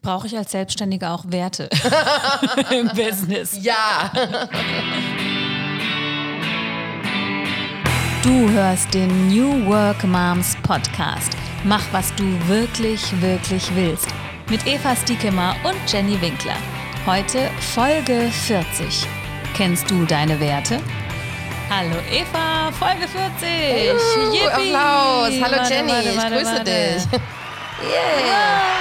Brauche ich als Selbstständige auch Werte im Business? Ja. Du hörst den New Work Moms Podcast. Mach, was du wirklich, wirklich willst. Mit Eva Stiekemer und Jenny Winkler. Heute Folge 40. Kennst du deine Werte? Hallo Eva, Folge 40. Yippie. Applaus. Hallo Jenny, ich grüße dich. Yeah.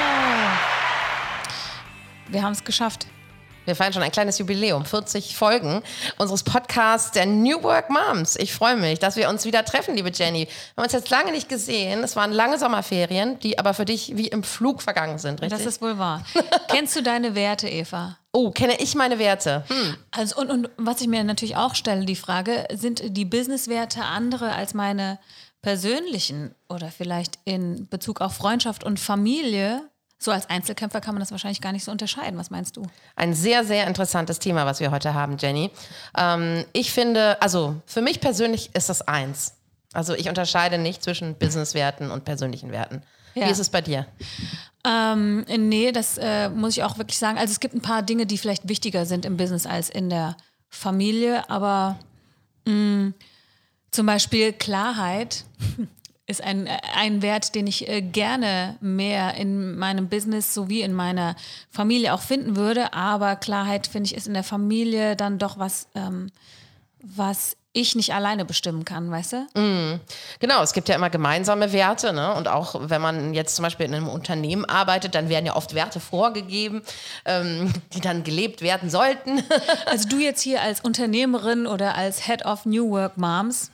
Wir haben es geschafft. Wir feiern schon ein kleines Jubiläum, 40 Folgen unseres Podcasts der New Work Moms. Ich freue mich, dass wir uns wieder treffen, liebe Jenny. Wir haben uns jetzt lange nicht gesehen. Es waren lange Sommerferien, die aber für dich wie im Flug vergangen sind, richtig? Das ist wohl wahr. Kennst du deine Werte, Eva? Oh, kenne ich meine Werte? Also und was ich mir natürlich auch stelle, die Frage, sind die Businesswerte andere als meine persönlichen oder vielleicht in Bezug auf Freundschaft und Familie? So als Einzelkämpfer kann man das wahrscheinlich gar nicht so unterscheiden. Was meinst du? Ein sehr, sehr interessantes Thema, was wir heute haben, Jenny. Ich finde, also für mich persönlich ist das eins. Also ich unterscheide nicht zwischen Businesswerten und persönlichen Werten. Ja. Wie ist es bei dir? Nee, das muss ich auch wirklich sagen. Also es gibt ein paar Dinge, die vielleicht wichtiger sind im Business als in der Familie, aber zum Beispiel Klarheit ist ein Wert, den ich gerne mehr in meinem Business sowie in meiner Familie auch finden würde. Aber Klarheit, finde ich, ist in der Familie dann doch was ich nicht alleine bestimmen kann, weißt du? Genau, es gibt ja immer gemeinsame Werte, ne? Und auch wenn man jetzt zum Beispiel in einem Unternehmen arbeitet, dann werden ja oft Werte vorgegeben, die dann gelebt werden sollten. Also du jetzt hier als Unternehmerin oder als Head of New Work Moms,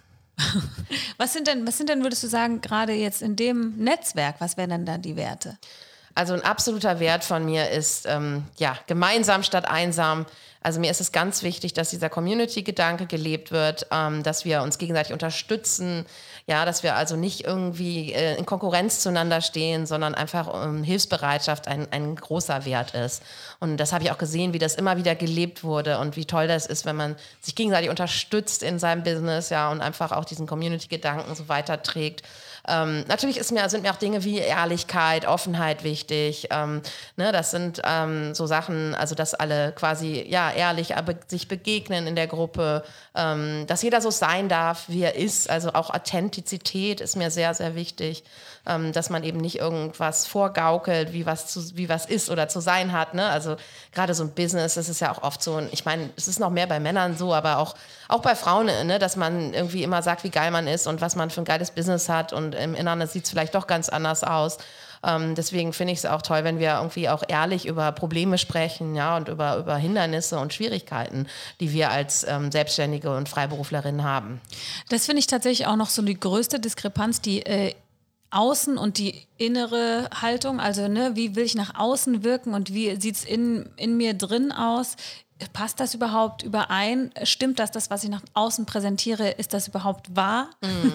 was sind denn, würdest du sagen, gerade jetzt in dem Netzwerk, was wären denn da die Werte? Also ein absoluter Wert von mir ist, gemeinsam statt einsam. Also mir ist es ganz wichtig, dass dieser Community-Gedanke gelebt wird, dass wir uns gegenseitig unterstützen, ja, dass wir also nicht irgendwie in Konkurrenz zueinander stehen, sondern einfach Hilfsbereitschaft ein großer Wert ist. Und das habe ich auch gesehen, wie das immer wieder gelebt wurde und wie toll das ist, wenn man sich gegenseitig unterstützt in seinem Business, ja, und einfach auch diesen Community-Gedanken so weiterträgt. Natürlich sind mir auch Dinge wie Ehrlichkeit, Offenheit wichtig. Das sind so Sachen, also dass alle quasi ehrlich sich begegnen in der Gruppe, dass jeder so sein darf, wie er ist. Also auch Authentizität ist mir sehr, sehr wichtig, dass man eben nicht irgendwas vorgaukelt, wie was ist oder zu sein hat. Ne? Also gerade so ein Business, das ist ja auch oft so, ich meine, es ist noch mehr bei Männern so, aber auch bei Frauen, ne? Dass man irgendwie immer sagt, wie geil man ist und was man für ein geiles Business hat und im Inneren sieht es vielleicht doch ganz anders aus. Deswegen finde ich es auch toll, wenn wir irgendwie auch ehrlich über Probleme sprechen, ja, und über Hindernisse und Schwierigkeiten, die wir als Selbstständige und Freiberuflerinnen haben. Das finde ich tatsächlich auch noch so die größte Diskrepanz, die Außen- und die innere Haltung. Also wie will ich nach außen wirken und wie sieht es in mir drin aus? Passt das überhaupt überein? Stimmt das, was ich nach außen präsentiere, ist das überhaupt wahr?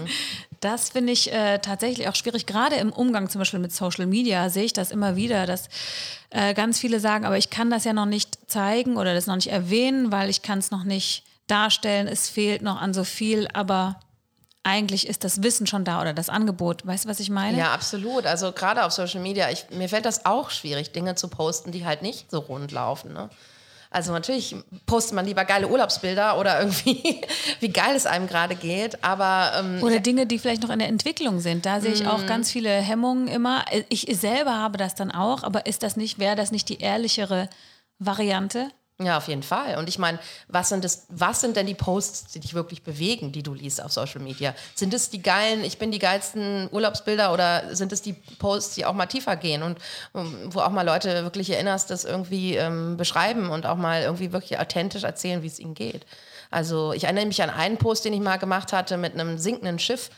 Das finde ich tatsächlich auch schwierig. Gerade im Umgang zum Beispiel mit Social Media sehe ich das immer wieder, dass ganz viele sagen, aber ich kann das ja noch nicht zeigen oder das noch nicht erwähnen, weil ich kann es noch nicht darstellen. Es fehlt noch an so viel, aber eigentlich ist das Wissen schon da oder das Angebot. Weißt du, was ich meine? Ja, absolut. Also gerade auf Social Media, mir fällt das auch schwierig, Dinge zu posten, die halt nicht so rund laufen, ne? Also natürlich postet man lieber geile Urlaubsbilder oder irgendwie, wie geil es einem gerade geht, aber... oder Dinge, die vielleicht noch in der Entwicklung sind. Da sehe ich auch ganz viele Hemmungen immer. Ich selber habe das dann auch, aber wäre das nicht die ehrlichere Variante? Ja, auf jeden Fall. Und ich meine, was sind denn die Posts, die dich wirklich bewegen, die du liest auf Social Media? Sind es die geilsten Urlaubsbilder oder sind es die Posts, die auch mal tiefer gehen und wo auch mal Leute wirklich erinnerst, das irgendwie beschreiben und auch mal irgendwie wirklich authentisch erzählen, wie es ihnen geht? Also ich erinnere mich an einen Post, den ich mal gemacht hatte mit einem sinkenden Schiff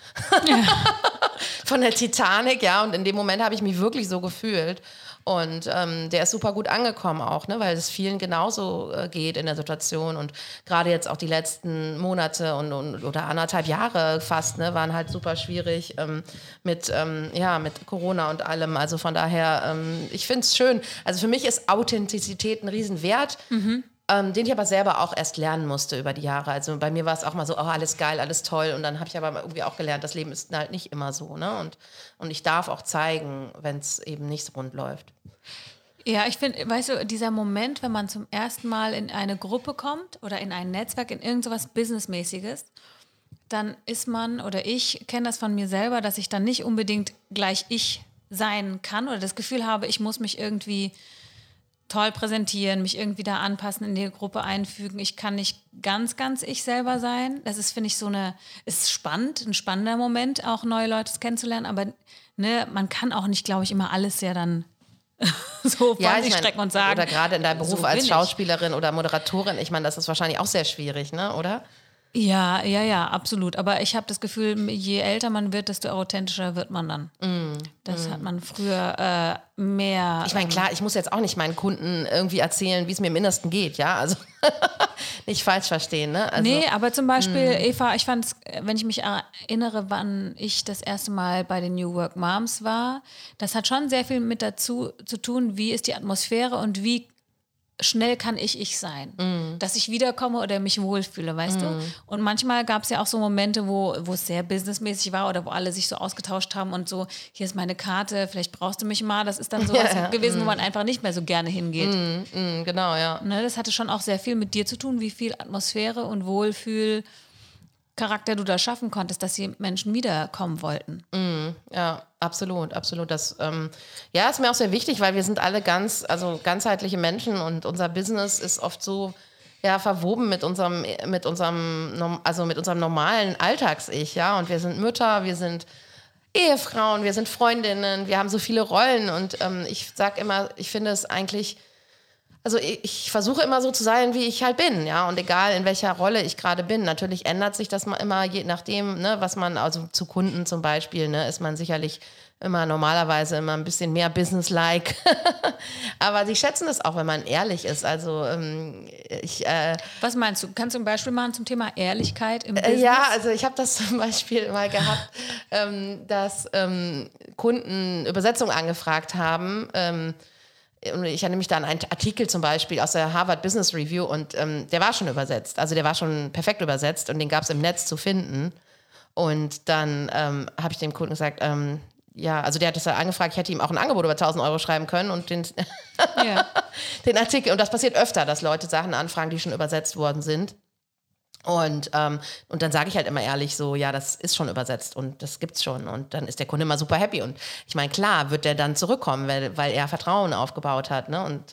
von der Titanic, ja, und in dem Moment habe ich mich wirklich so gefühlt. Und der ist super gut angekommen auch, ne, weil es vielen genauso geht in der Situation. Und gerade jetzt auch die letzten Monate oder 1,5 Jahre fast, ne, waren halt super schwierig mit Corona und allem. Also von daher, ich finde es schön. Also für mich ist Authentizität ein Riesenwert. Den ich aber selber auch erst lernen musste über die Jahre. Also bei mir war es auch mal so, oh, alles geil, alles toll. Und dann habe ich aber irgendwie auch gelernt, das Leben ist halt nicht immer so. Ne? Und ich darf auch zeigen, wenn es eben nicht so rund läuft. Ja, ich finde, weißt du, dieser Moment, wenn man zum ersten Mal in eine Gruppe kommt oder in ein Netzwerk, in irgend sowas Businessmäßiges, dann ist man, oder ich kenne das von mir selber, dass ich dann nicht unbedingt gleich ich sein kann oder das Gefühl habe, ich muss mich irgendwie toll präsentieren, mich irgendwie da anpassen, in die Gruppe einfügen. Ich kann nicht ganz, ganz ich selber sein. Das ist, finde ich, ist spannend, ein spannender Moment, auch neue Leute kennenzulernen, aber ne, man kann auch nicht, glaube ich, immer alles ja dann so von sich strecken und sagen. Oder gerade in deinem Beruf so als bin Schauspielerin oder Moderatorin, ich meine, das ist wahrscheinlich auch sehr schwierig, ne, oder? Ja, absolut. Aber ich habe das Gefühl, je älter man wird, desto authentischer wird man dann. Das hat man früher mehr. Ich meine, klar, ich muss jetzt auch nicht meinen Kunden irgendwie erzählen, wie es mir im Innersten geht, ja, also nicht falsch verstehen, ne? Also, nee, aber zum Beispiel, Eva, ich fand es, wenn ich mich erinnere, wann ich das erste Mal bei den New Work Moms war, das hat schon sehr viel mit dazu zu tun, wie ist die Atmosphäre und wie schnell kann ich sein, dass ich wiederkomme oder mich wohlfühle, weißt du? Und manchmal gab es ja auch so Momente, wo es sehr businessmäßig war oder wo alle sich so ausgetauscht haben und so, hier ist meine Karte, vielleicht brauchst du mich mal. Das ist dann sowas gewesen, wo man einfach nicht mehr so gerne hingeht. genau, ja. Ne, das hatte schon auch sehr viel mit dir zu tun, wie viel Atmosphäre und Wohlfühl Charakter du da schaffen konntest, dass die Menschen wiederkommen wollten. Ja, absolut. Das ist mir auch sehr wichtig, weil wir sind alle ganzheitliche Menschen und unser Business ist oft so verwoben mit unserem normalen Alltags-Ich, ja. Und wir sind Mütter, wir sind Ehefrauen, wir sind Freundinnen, wir haben so viele Rollen und ich sag immer, ich finde es eigentlich. Also ich versuche immer so zu sein, wie ich halt bin, ja, und egal in welcher Rolle ich gerade bin. Natürlich ändert sich das immer je nachdem, ne, was man, also zu Kunden zum Beispiel, ne, ist man sicherlich normalerweise immer ein bisschen mehr businesslike. Aber sie schätzen das auch, wenn man ehrlich ist. Also Was meinst du? Kannst du ein Beispiel machen zum Thema Ehrlichkeit im Business? Ja, also ich habe das zum Beispiel mal gehabt, dass Kunden Übersetzungen angefragt haben. Ich hatte nämlich da an einen Artikel zum Beispiel aus der Harvard Business Review und der war schon übersetzt. Also der war schon perfekt übersetzt und den gab es im Netz zu finden. Und dann habe ich dem Kunden gesagt, also der hat das ja angefragt, ich hätte ihm auch ein Angebot über 1.000 Euro schreiben können und den Artikel. Und das passiert öfter, dass Leute Sachen anfragen, die schon übersetzt worden sind. Und dann sage ich halt immer ehrlich so, ja, das ist schon übersetzt und das gibt's schon. Und dann ist der Kunde immer super happy. Und ich meine, klar wird der dann zurückkommen, weil er Vertrauen aufgebaut hat. Ne? Und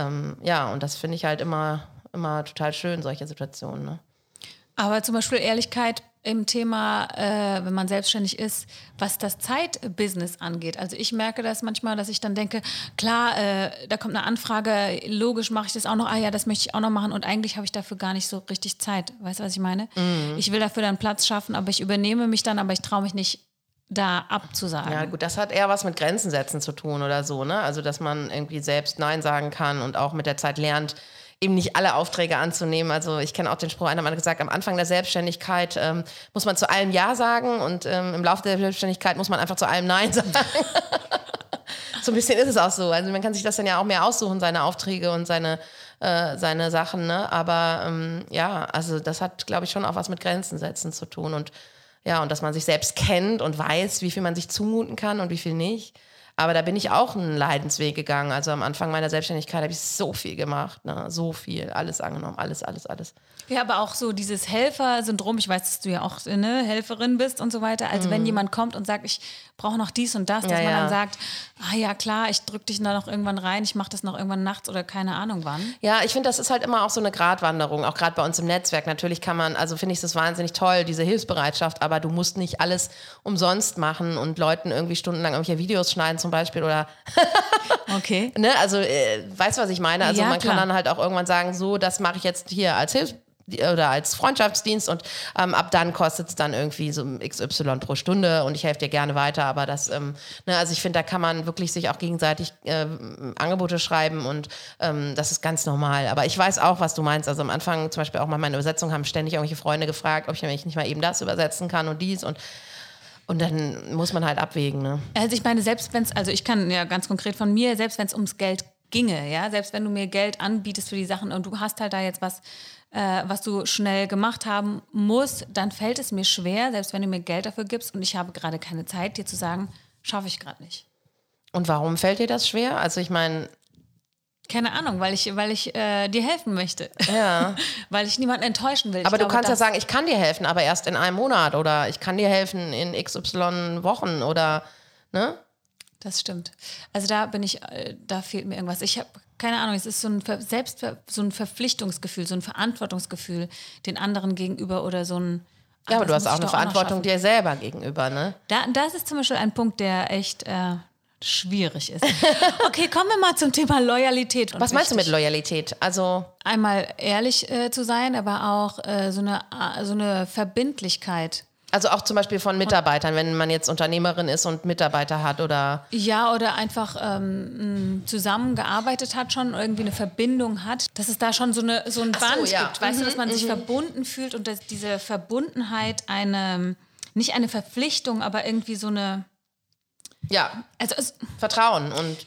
und das finde ich halt immer total schön, solche Situationen. Ne? Aber zum Beispiel Ehrlichkeit im Thema, wenn man selbstständig ist, was das Zeitbusiness angeht. Also ich merke das manchmal, dass ich dann denke, klar, da kommt eine Anfrage, logisch mache ich das auch noch, das möchte ich auch noch machen und eigentlich habe ich dafür gar nicht so richtig Zeit. Weißt du, was ich meine? Ich will dafür dann Platz schaffen, aber ich übernehme mich dann, aber ich traue mich nicht, da abzusagen. Ja gut, das hat eher was mit Grenzen setzen zu tun oder so, ne? Also dass man irgendwie selbst Nein sagen kann und auch mit der Zeit lernt, eben nicht alle Aufträge anzunehmen. Also ich kenne auch den Spruch, einer hat gesagt, am Anfang der Selbstständigkeit muss man zu allem Ja sagen und im Laufe der Selbstständigkeit muss man einfach zu allem Nein sagen. So ein bisschen ist es auch so. Also man kann sich das dann ja auch mehr aussuchen, seine Aufträge und seine Sachen. Ne? Aber also das hat, glaube ich, schon auch was mit Grenzen setzen zu tun. Und dass man sich selbst kennt und weiß, wie viel man sich zumuten kann und wie viel nicht. Aber da bin ich auch einen Leidensweg gegangen. Also am Anfang meiner Selbstständigkeit habe ich so viel gemacht, ne? So viel, alles angenommen, alles. Ja, aber auch so dieses Helfer-Syndrom, ich weiß, dass du ja auch eine Helferin bist und so weiter. Also wenn jemand kommt und sagt, ich brauche noch dies und das, dass man dann sagt, ja klar, ich drücke dich da noch irgendwann rein, ich mache das noch irgendwann nachts oder keine Ahnung wann. Ja, ich finde, das ist halt immer auch so eine Gratwanderung, auch gerade bei uns im Netzwerk. Natürlich kann man, also finde ich das wahnsinnig toll, diese Hilfsbereitschaft, aber du musst nicht alles umsonst machen und Leuten irgendwie stundenlang irgendwelche Videos schneiden zum Beispiel oder okay. Ne, also weißt du, was ich meine? Also man klar. kann dann halt auch irgendwann sagen, so, das mache ich jetzt hier als oder als Freundschaftsdienst und ab dann kostet es dann irgendwie so XY pro Stunde und ich helfe dir gerne weiter, aber das, also ich finde, da kann man wirklich sich auch gegenseitig Angebote schreiben und das ist ganz normal, aber ich weiß auch, was du meinst, also am Anfang zum Beispiel auch mal meine Übersetzung haben ständig irgendwelche Freunde gefragt, ob ich nämlich nicht mal eben das übersetzen kann und dies und dann muss man halt abwägen, ne? Also ich meine, selbst wenn es, also ich kann ja ganz konkret von mir, selbst wenn es ums Geld ginge, ja, selbst wenn du mir Geld anbietest für die Sachen und du hast halt da jetzt was du schnell gemacht haben musst, dann fällt es mir schwer, selbst wenn du mir Geld dafür gibst und ich habe gerade keine Zeit, dir zu sagen, schaffe ich gerade nicht. Und warum fällt dir das schwer? Also ich meine, Keine Ahnung, weil ich dir helfen möchte. Ja. Weil ich niemanden enttäuschen will. Aber du kannst ja sagen, ich kann dir helfen, aber erst in einem Monat oder ich kann dir helfen in XY Wochen oder, ne? Das stimmt. Also da fehlt mir irgendwas. Ich habe keine Ahnung, es ist so ein Verpflichtungsgefühl, so ein Verantwortungsgefühl den anderen gegenüber oder so ein... Ja, aber du hast auch eine Verantwortung dir selber gegenüber, ne? Das ist zum Beispiel ein Punkt, der echt schwierig ist. Okay, kommen wir mal zum Thema Loyalität. Was meinst du mit Loyalität? Also einmal ehrlich zu sein, aber auch so eine Verbindlichkeit. Also auch zum Beispiel von Mitarbeitern, wenn man jetzt Unternehmerin ist und Mitarbeiter hat oder... Ja, oder einfach zusammengearbeitet hat schon, irgendwie eine Verbindung hat, dass es da schon so ein Band gibt, weißt du, dass man sich verbunden fühlt und dass diese Verbundenheit nicht eine Verpflichtung, aber irgendwie so eine... Ja, also Vertrauen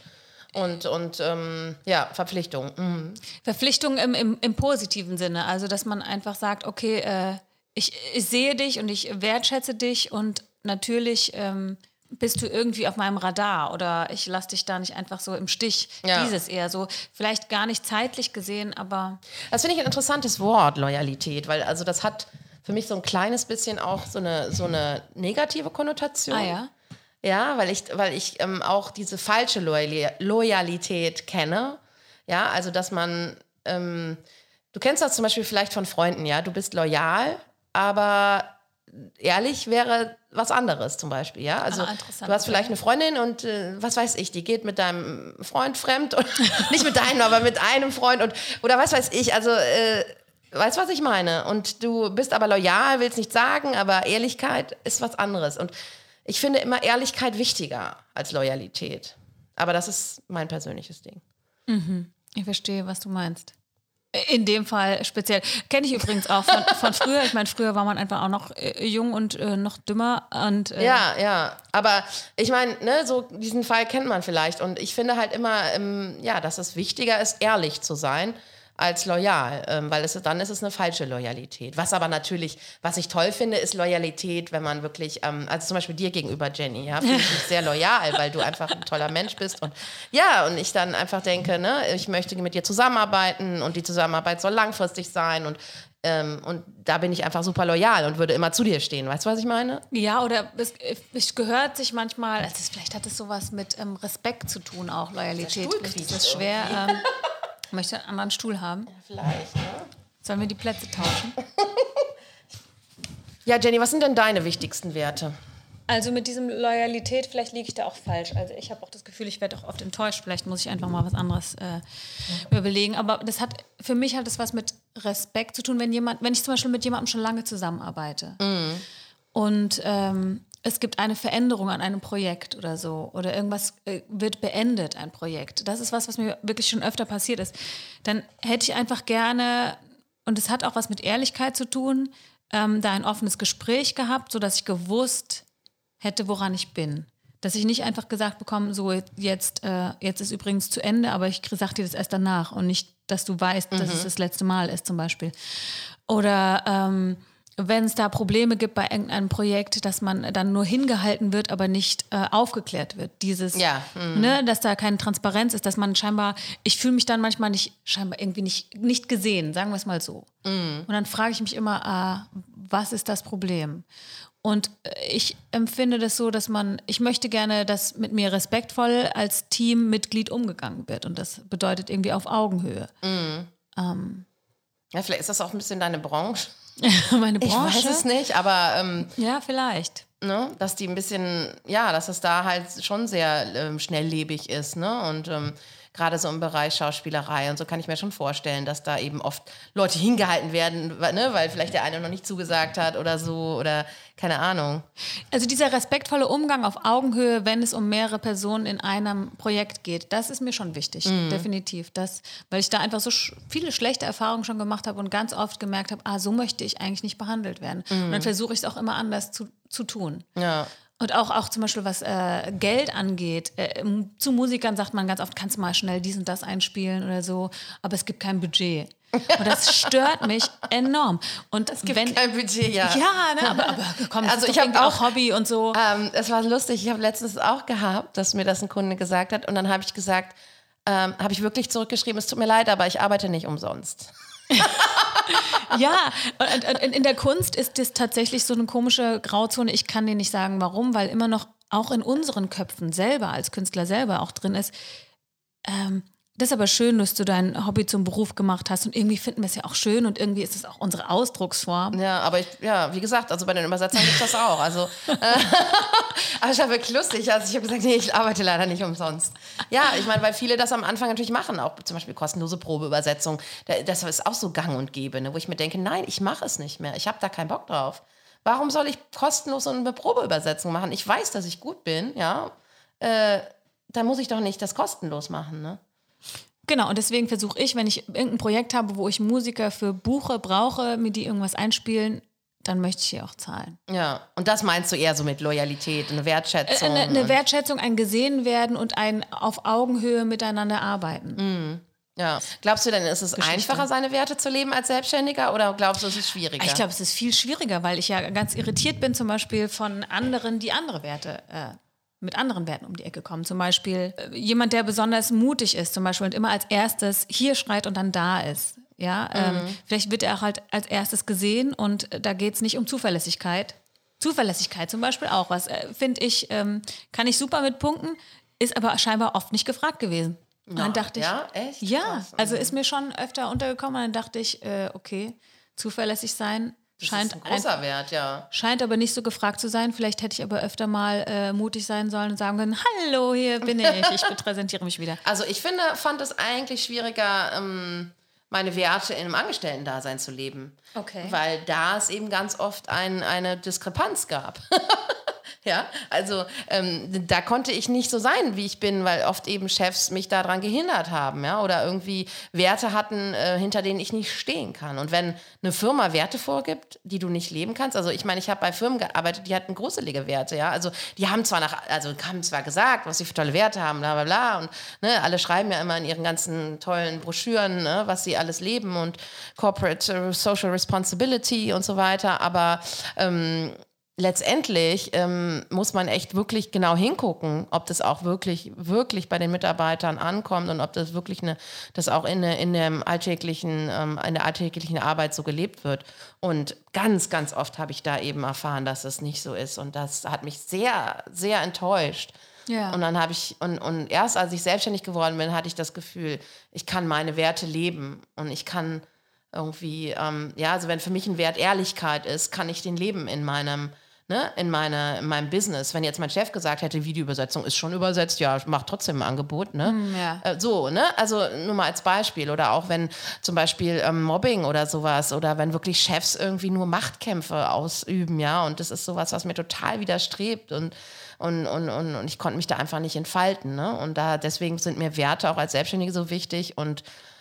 und Verpflichtung. Mhm. Verpflichtung im positiven Sinne, also dass man einfach sagt, okay, ich sehe dich und ich wertschätze dich und natürlich bist du irgendwie auf meinem Radar oder ich lasse dich da nicht einfach so im Stich. Ja. Dieses eher so, vielleicht gar nicht zeitlich gesehen, aber... Das finde ich ein interessantes Wort, Loyalität, weil also das hat für mich so ein kleines bisschen auch so eine negative Konnotation. Ah ja? Ja, weil ich auch diese falsche Loyalität kenne. Ja, also dass man... du kennst das zum Beispiel vielleicht von Freunden, ja, du bist loyal, aber ehrlich wäre was anderes zum Beispiel, ja. Also du hast vielleicht eine Freundin und was weiß ich, die geht mit deinem Freund fremd und nicht mit deinem, aber mit einem Freund oder was weiß ich. Also weißt du, was ich meine? Und du bist aber loyal, willst nicht sagen, aber Ehrlichkeit ist was anderes. Und ich finde immer Ehrlichkeit wichtiger als Loyalität. Aber das ist mein persönliches Ding. Mhm. Ich verstehe, was du meinst. In dem Fall speziell. Kenne ich übrigens auch von früher. Ich meine, früher war man einfach auch noch jung und noch dümmer. Und, Ja. Aber ich meine, ne, so diesen Fall kennt man vielleicht. Und ich finde halt immer, dass es wichtiger ist, ehrlich zu sein, als loyal, weil dann ist es eine falsche Loyalität. Was aber natürlich, was ich toll finde, ist Loyalität, wenn man wirklich, also zum Beispiel dir gegenüber, Jenny, ja, finde ich dich sehr loyal, weil du einfach ein toller Mensch bist und und ich dann einfach denke, ne, ich möchte mit dir zusammenarbeiten und die Zusammenarbeit soll langfristig sein und da bin ich einfach super loyal und würde immer zu dir stehen. Weißt du, was ich meine? Ja, oder es gehört sich manchmal, vielleicht hat es sowas mit Respekt zu tun, auch Loyalität. Das ist schwer. Möchte einen anderen Stuhl haben? Ja, vielleicht, ne? Sollen wir die Plätze tauschen? Ja, Jenny, was sind denn deine wichtigsten Werte? Also mit diesem Loyalität, vielleicht liege ich da auch falsch. Also ich habe auch das Gefühl, ich werde auch oft enttäuscht. Vielleicht muss ich einfach mal was anderes mir überlegen. Aber für mich hat es was mit Respekt zu tun, wenn ich zum Beispiel mit jemandem schon lange zusammenarbeite. Mhm. Und es gibt eine Veränderung an einem Projekt oder so oder irgendwas wird beendet, ein Projekt. Das ist was mir wirklich schon öfter passiert ist. Dann hätte ich einfach gerne, und es hat auch was mit Ehrlichkeit zu tun, da ein offenes Gespräch gehabt, sodass ich gewusst hätte, woran ich bin. Dass ich nicht einfach gesagt bekomme, so jetzt ist übrigens zu Ende, aber ich sage dir das erst danach und nicht, dass du weißt, dass es das letzte Mal ist zum Beispiel. Oder wenn es da Probleme gibt bei irgendeinem Projekt, dass man dann nur hingehalten wird, aber nicht aufgeklärt wird. Dass da keine Transparenz ist, dass man ich fühle mich dann manchmal irgendwie nicht gesehen, sagen wir es mal so. Und dann frage ich mich immer, was ist das Problem? Und ich empfinde das so, ich möchte gerne, dass mit mir respektvoll als Teammitglied umgegangen wird. Und das bedeutet irgendwie auf Augenhöhe. Ja, vielleicht ist das auch ein bisschen deine Branche. Meine Branche? Ich weiß es nicht, aber... ja, vielleicht. Ne, dass die ein bisschen, dass es da halt schon sehr schnelllebig ist, ne? Und gerade so im Bereich Schauspielerei und so kann ich mir schon vorstellen, dass da eben oft Leute hingehalten werden, ne, weil vielleicht der eine noch nicht zugesagt hat oder so oder keine Ahnung. Also dieser respektvolle Umgang auf Augenhöhe, wenn es um mehrere Personen in einem Projekt geht, das ist mir schon wichtig, definitiv. Weil ich da einfach so viele schlechte Erfahrungen schon gemacht habe und ganz oft gemerkt habe, so möchte ich eigentlich nicht behandelt werden. Und dann versuche ich es auch immer anders zu tun. Ja. Und auch zum Beispiel, was Geld angeht. Zu Musikern sagt man ganz oft, kannst du mal schnell dies und das einspielen oder so, aber es gibt kein Budget. Und das stört mich enorm. Und es gibt kein Budget, ja. Ja, ne, aber komm, das also ist doch auch Hobby und so. Es war lustig, ich habe letztens auch gehabt, dass mir das ein Kunde gesagt hat und dann habe ich gesagt, habe ich wirklich zurückgeschrieben, es tut mir leid, aber ich arbeite nicht umsonst. Ja, und in der Kunst ist das tatsächlich so eine komische Grauzone. Ich kann dir nicht sagen, warum, weil immer noch auch in unseren Köpfen selber, als Künstler selber auch drin ist, das ist aber schön, dass du dein Hobby zum Beruf gemacht hast und irgendwie finden wir es ja auch schön und irgendwie ist es auch unsere Ausdrucksform. Ja, aber wie gesagt, also bei den Übersetzern gibt es das auch. Also, aber ich war wirklich lustig. Also ich habe gesagt, nee, ich arbeite leider nicht umsonst. Ja, ich meine, weil viele das am Anfang natürlich machen, auch zum Beispiel kostenlose Probeübersetzung. Das ist auch so gang und gäbe, ne, wo ich mir denke, nein, ich mache es nicht mehr. Ich habe da keinen Bock drauf. Warum soll ich kostenlos so eine Probeübersetzung machen? Ich weiß, dass ich gut bin, ja. Dann muss ich doch nicht das kostenlos machen, ne? Genau, und deswegen versuche ich, wenn ich irgendein Projekt habe, wo ich Musiker für brauche, mir die irgendwas einspielen, dann möchte ich hier auch zahlen. Ja, und das meinst du eher so mit Loyalität, eine Wertschätzung? Eine Wertschätzung, ein gesehen werden und ein auf Augenhöhe miteinander arbeiten. Mhm. Ja. Glaubst du denn, ist es einfacher, seine Werte zu leben als Selbstständiger oder glaubst du, es ist schwieriger? Ich glaube, es ist viel schwieriger, weil ich ja ganz irritiert bin zum Beispiel von anderen, die andere Werte mit anderen Werten um die Ecke kommen. Zum Beispiel jemand, der besonders mutig ist zum Beispiel und immer als erstes hier schreit und dann da ist. Ja, vielleicht wird er auch halt als erstes gesehen und da geht es nicht um Zuverlässigkeit. Zuverlässigkeit zum Beispiel auch, was finde ich, kann ich super mit punkten, ist aber scheinbar oft nicht gefragt gewesen. Und dann dachte ich, ja, echt? Ja, Krass. also ist mir schon öfter untergekommen und dann dachte ich, okay, zuverlässig sein scheint das ist ein großer Wert, ja. Scheint aber nicht so gefragt zu sein. Vielleicht hätte ich aber öfter mal mutig sein sollen und sagen können, hallo, hier bin ich präsentiere mich wieder. Also ich fand es eigentlich schwieriger, meine Werte in einem Angestellten-Dasein zu leben. Okay. Weil da es eben ganz oft eine Diskrepanz gab. Ja, also da konnte ich nicht so sein, wie ich bin, weil oft eben Chefs mich daran gehindert haben, ja, oder irgendwie Werte hatten, hinter denen ich nicht stehen kann. Und wenn eine Firma Werte vorgibt, die du nicht leben kannst, also ich meine, ich habe bei Firmen gearbeitet, die hatten gruselige Werte, ja, also die haben zwar gesagt, was sie für tolle Werte haben, bla bla bla, und ne, alle schreiben ja immer in ihren ganzen tollen Broschüren, ne, was sie alles leben und Corporate Social Responsibility und so weiter, aber letztendlich muss man echt wirklich genau hingucken, ob das auch wirklich bei den Mitarbeitern ankommt und ob das wirklich das auch in der alltäglichen Arbeit so gelebt wird. Und ganz, ganz oft habe ich da eben erfahren, dass es nicht so ist. Und das hat mich sehr, sehr enttäuscht. Ja. Und dann habe ich, und erst als ich selbstständig geworden bin, hatte ich das Gefühl, ich kann meine Werte leben und ich kann irgendwie, also wenn für mich ein Wert Ehrlichkeit ist, kann ich den leben in meinem Business. Wenn jetzt mein Chef gesagt hätte, Videoübersetzung ist schon übersetzt, ja, ich mache trotzdem ein Angebot, ne? Ja. So, ne? Also nur mal als Beispiel. Oder auch wenn zum Beispiel Mobbing oder sowas oder wenn wirklich Chefs irgendwie nur Machtkämpfe ausüben, ja, und das ist sowas, was mir total widerstrebt und ich konnte mich da einfach nicht entfalten, ne? Und deswegen sind mir Werte auch als Selbstständige so wichtig und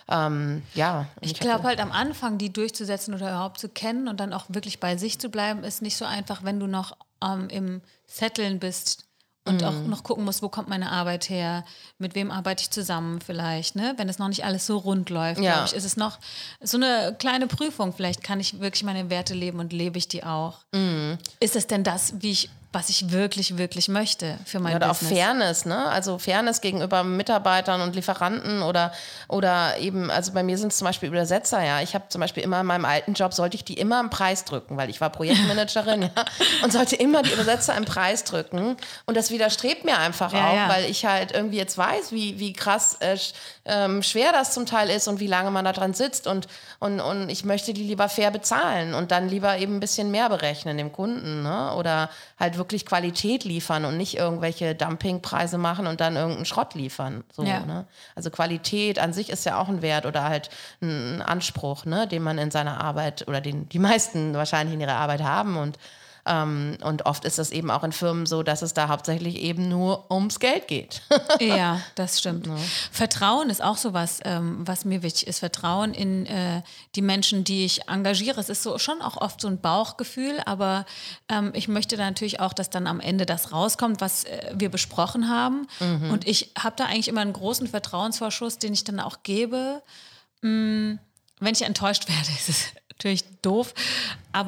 ich glaube halt am Anfang, die durchzusetzen oder überhaupt zu kennen und dann auch wirklich bei sich zu bleiben, ist nicht so einfach, wenn du noch im Setteln bist und auch noch gucken musst, wo kommt meine Arbeit her, mit wem arbeite ich zusammen vielleicht, ne? Wenn es noch nicht alles so rund läuft, glaube ich, ist es noch so eine kleine Prüfung. Vielleicht kann ich wirklich meine Werte leben und lebe ich die auch. Ist es denn das, was ich wirklich, wirklich möchte für mein Business? Oder auch Fairness, ne? Also Fairness gegenüber Mitarbeitern und Lieferanten oder eben, also bei mir sind es zum Beispiel Übersetzer, ja. Ich habe zum Beispiel immer in meinem alten Job, sollte ich die immer im Preis drücken, weil ich war Projektmanagerin, ja, und sollte immer die Übersetzer im Preis drücken. Und das widerstrebt mir einfach auch, weil ich halt irgendwie jetzt weiß, wie krass schwer das zum Teil ist und wie lange man da dran sitzt und ich möchte die lieber fair bezahlen und dann lieber eben ein bisschen mehr berechnen dem Kunden, ne? Oder halt wirklich Qualität liefern und nicht irgendwelche Dumpingpreise machen und dann irgendeinen Schrott liefern. So, ne? Also Qualität an sich ist ja auch ein Wert oder halt ein Anspruch, ne? Den man in seiner Arbeit oder den die meisten wahrscheinlich in ihrer Arbeit haben und oft ist das eben auch in Firmen so, dass es da hauptsächlich eben nur ums Geld geht. Ja, das stimmt. Ja. Vertrauen ist auch sowas, was mir wichtig ist. Vertrauen in die Menschen, die ich engagiere. Es ist so schon auch oft so ein Bauchgefühl, aber ich möchte da natürlich auch, dass dann am Ende das rauskommt, was wir besprochen haben. Und ich habe da eigentlich immer einen großen Vertrauensvorschuss, den ich dann auch gebe. Wenn ich enttäuscht werde, ist es natürlich doof, aber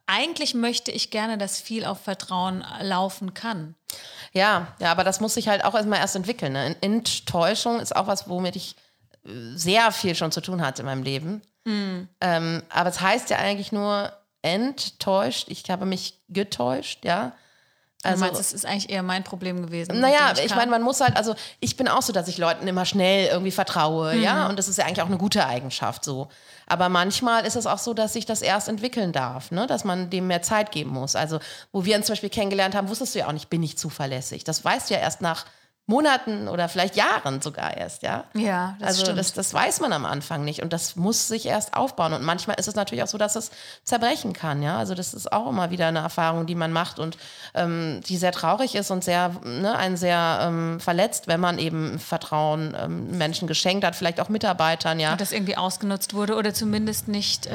eigentlich möchte ich gerne, dass viel auf Vertrauen laufen kann. Ja, aber das muss sich halt auch erst entwickeln. Ne? Enttäuschung ist auch was, womit ich sehr viel schon zu tun hatte in meinem Leben. Aber es heißt ja eigentlich nur enttäuscht. Ich habe mich getäuscht, ja. Also, du meinst, das ist eigentlich eher mein Problem gewesen. Naja, ich meine, man muss halt, also ich bin auch so, dass ich Leuten immer schnell irgendwie vertraue, ja, und das ist ja eigentlich auch eine gute Eigenschaft so. Aber manchmal ist es auch so, dass sich das erst entwickeln darf, ne? Dass man dem mehr Zeit geben muss. Also, wo wir uns zum Beispiel kennengelernt haben, wusstest du ja auch nicht, bin ich zuverlässig. Das weißt du ja erst nach Monaten oder vielleicht Jahren sogar erst, ja? Ja, das stimmt. Also das weiß man am Anfang nicht und das muss sich erst aufbauen und manchmal ist es natürlich auch so, dass es zerbrechen kann, ja? Also das ist auch immer wieder eine Erfahrung, die man macht und die sehr traurig ist und einen sehr verletzt, wenn man eben Vertrauen Menschen geschenkt hat, vielleicht auch Mitarbeitern, ja? Und das irgendwie ausgenutzt wurde oder zumindest nicht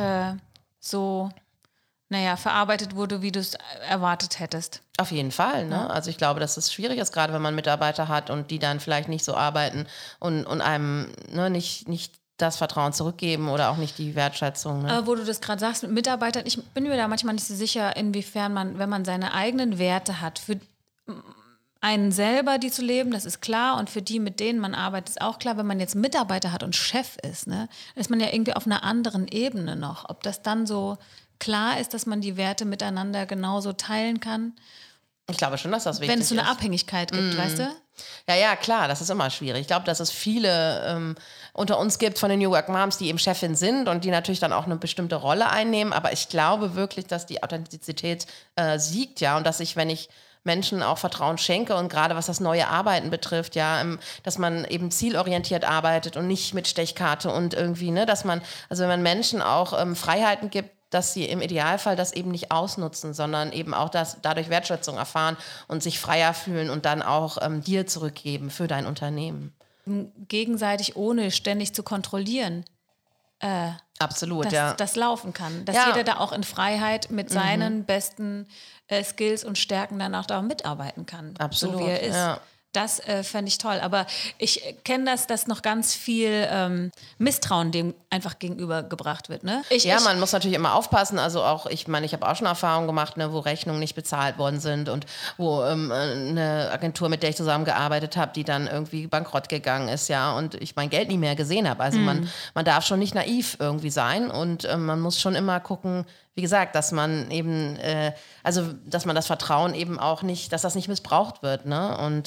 verarbeitet wurde, wie du es erwartet hättest. Auf jeden Fall, ne? Also ich glaube, dass es schwierig ist, gerade wenn man Mitarbeiter hat und die dann vielleicht nicht so arbeiten und einem nicht das Vertrauen zurückgeben oder auch nicht die Wertschätzung. Ne? Wo du das gerade sagst, mit Mitarbeitern, ich bin mir da manchmal nicht so sicher, inwiefern man, wenn man seine eigenen Werte hat, für einen selber die zu leben, das ist klar, und für die, mit denen man arbeitet, ist auch klar. Wenn man jetzt Mitarbeiter hat und Chef ist, ne, ist man ja irgendwie auf einer anderen Ebene noch. Ob das dann so klar ist, dass man die Werte miteinander genauso teilen kann. Ich glaube schon, dass das wichtig ist. Wenn es so eine Abhängigkeit gibt, weißt du? Ja, klar, das ist immer schwierig. Ich glaube, dass es viele unter uns gibt von den New Work Moms, die eben Chefin sind und die natürlich dann auch eine bestimmte Rolle einnehmen. Aber ich glaube wirklich, dass die Authentizität siegt, ja. Und dass wenn ich Menschen auch Vertrauen schenke und gerade was das neue Arbeiten betrifft, ja, dass man eben zielorientiert arbeitet und nicht mit Stechkarte und irgendwie, ne, wenn man Menschen auch Freiheiten gibt, dass sie im Idealfall das eben nicht ausnutzen, sondern eben auch dadurch Wertschätzung erfahren und sich freier fühlen und dann auch dir zurückgeben für dein Unternehmen. Gegenseitig, ohne ständig zu kontrollieren. Absolut, das laufen kann. Dass jeder da auch in Freiheit mit seinen besten Skills und Stärken dann auch da mitarbeiten kann. Absolut, so wie er ist. Ja. Das fände ich toll. Aber ich kenne dass noch ganz viel Misstrauen dem einfach gegenübergebracht wird. Ne? Man muss natürlich immer aufpassen. Also auch, ich habe auch schon Erfahrungen gemacht, ne, wo Rechnungen nicht bezahlt worden sind und wo eine Agentur, mit der ich zusammengearbeitet habe, die dann irgendwie bankrott gegangen ist, ja, und ich mein Geld nie mehr gesehen habe. Also man darf schon nicht naiv irgendwie sein und man muss schon immer gucken, wie gesagt, dass man eben, dass man das Vertrauen eben auch nicht, dass das nicht missbraucht wird, ne? Und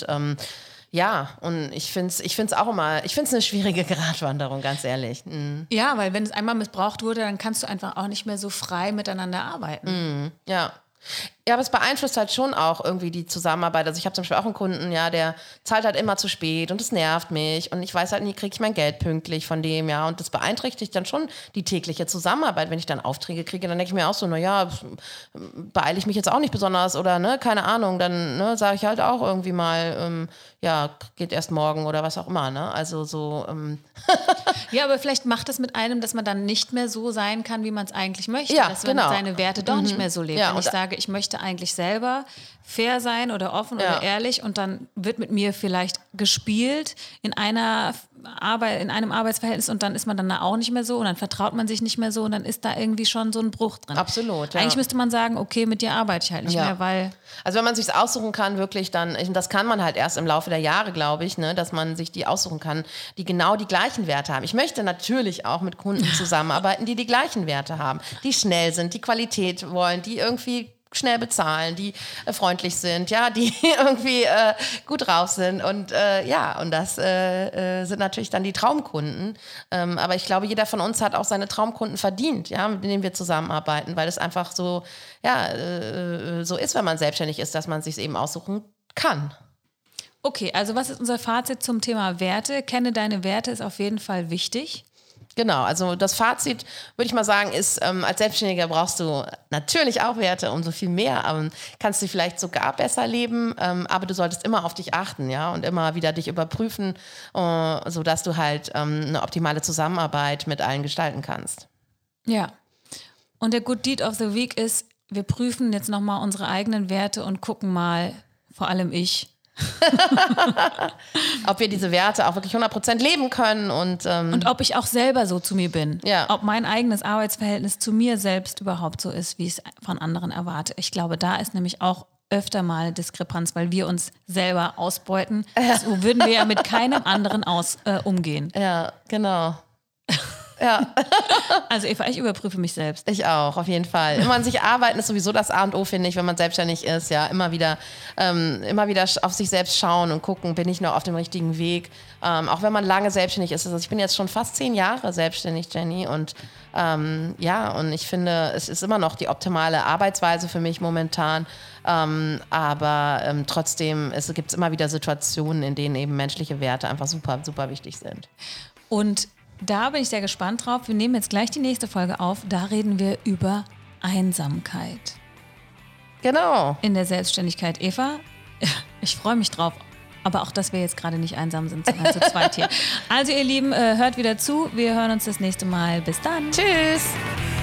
und ich find's auch immer, ich finde es eine schwierige Gratwanderung, ganz ehrlich. Mhm. Ja, weil wenn es einmal missbraucht wurde, dann kannst du einfach auch nicht mehr so frei miteinander arbeiten. Ja. Ja, aber es beeinflusst halt schon auch irgendwie die Zusammenarbeit. Also ich habe zum Beispiel auch einen Kunden, ja, der zahlt halt immer zu spät und es nervt mich und ich weiß halt nie, kriege ich mein Geld pünktlich von dem, ja, und das beeinträchtigt dann schon die tägliche Zusammenarbeit. Wenn ich dann Aufträge kriege, dann denke ich mir auch so, beeile ich mich jetzt auch nicht besonders oder, ne, keine Ahnung, dann sage ich halt auch irgendwie mal, geht erst morgen oder was auch immer, ne, also so. Ja, aber vielleicht macht es mit einem, dass man dann nicht mehr so sein kann, wie man es eigentlich möchte, ja, dass man seine Werte doch nicht mehr so lebt. Ja, wenn ich sage, ich möchte eigentlich selber fair sein oder offen oder ehrlich und dann wird mit mir vielleicht gespielt in einem Arbeitsverhältnis und dann ist man dann auch nicht mehr so und dann vertraut man sich nicht mehr so und dann ist da irgendwie schon so ein Bruch drin. Absolut, ja. Eigentlich müsste man sagen, okay, mit dir arbeite ich halt nicht mehr, weil... Also wenn man sich's aussuchen kann, wirklich dann, das kann man halt erst im Laufe der Jahre, glaube ich, ne, dass man sich die aussuchen kann, die genau die gleichen Werte haben. Ich möchte natürlich auch mit Kunden zusammenarbeiten, die gleichen Werte haben, die schnell sind, die Qualität wollen, die irgendwie schnell bezahlen, die freundlich sind, ja, die irgendwie gut drauf sind und und das sind natürlich dann die Traumkunden. Aber ich glaube, jeder von uns hat auch seine Traumkunden verdient, ja, mit denen wir zusammenarbeiten, weil es einfach so, so ist, wenn man selbstständig ist, dass man sich eben aussuchen kann. Okay, also was ist unser Fazit zum Thema Werte? Kenne deine Werte ist auf jeden Fall wichtig. Genau, also das Fazit, würde ich mal sagen, ist, als Selbstständiger brauchst du natürlich auch Werte, umso viel mehr, kannst du vielleicht sogar besser leben, aber du solltest immer auf dich achten, ja, und immer wieder dich überprüfen, sodass du halt eine optimale Zusammenarbeit mit allen gestalten kannst. Ja, und der Good Deed of the Week ist, wir prüfen jetzt nochmal unsere eigenen Werte und gucken mal, vor allem ich, Ob wir diese Werte auch wirklich 100% leben können und ob ich auch selber so zu mir bin. Ja. Ob mein eigenes Arbeitsverhältnis zu mir selbst überhaupt so ist, wie ich es von anderen erwarte. Ich glaube, da ist nämlich auch öfter mal Diskrepanz, weil wir uns selber ausbeuten. So würden wir ja mit keinem anderen umgehen. Ja, genau. Ja. Also Eva, ich überprüfe mich selbst. Ich auch, auf jeden Fall. Immer an sich arbeiten ist sowieso das A und O, finde ich, wenn man selbstständig ist. Ja, immer wieder auf sich selbst schauen und gucken, bin ich noch auf dem richtigen Weg. Auch wenn man lange selbstständig ist. Also ich bin jetzt schon fast 10 Jahre selbstständig, Jenny. Und und ich finde, es ist immer noch die optimale Arbeitsweise für mich momentan. Aber trotzdem gibt es immer wieder Situationen, in denen eben menschliche Werte einfach super, super wichtig sind. Und da bin ich sehr gespannt drauf. Wir nehmen jetzt gleich die nächste Folge auf. Da reden wir über Einsamkeit. Genau. In der Selbstständigkeit. Eva, ich freue mich drauf. Aber auch, dass wir jetzt gerade nicht einsam sind, sondern zu zweit hier. Also ihr Lieben, hört wieder zu. Wir hören uns das nächste Mal. Bis dann. Tschüss.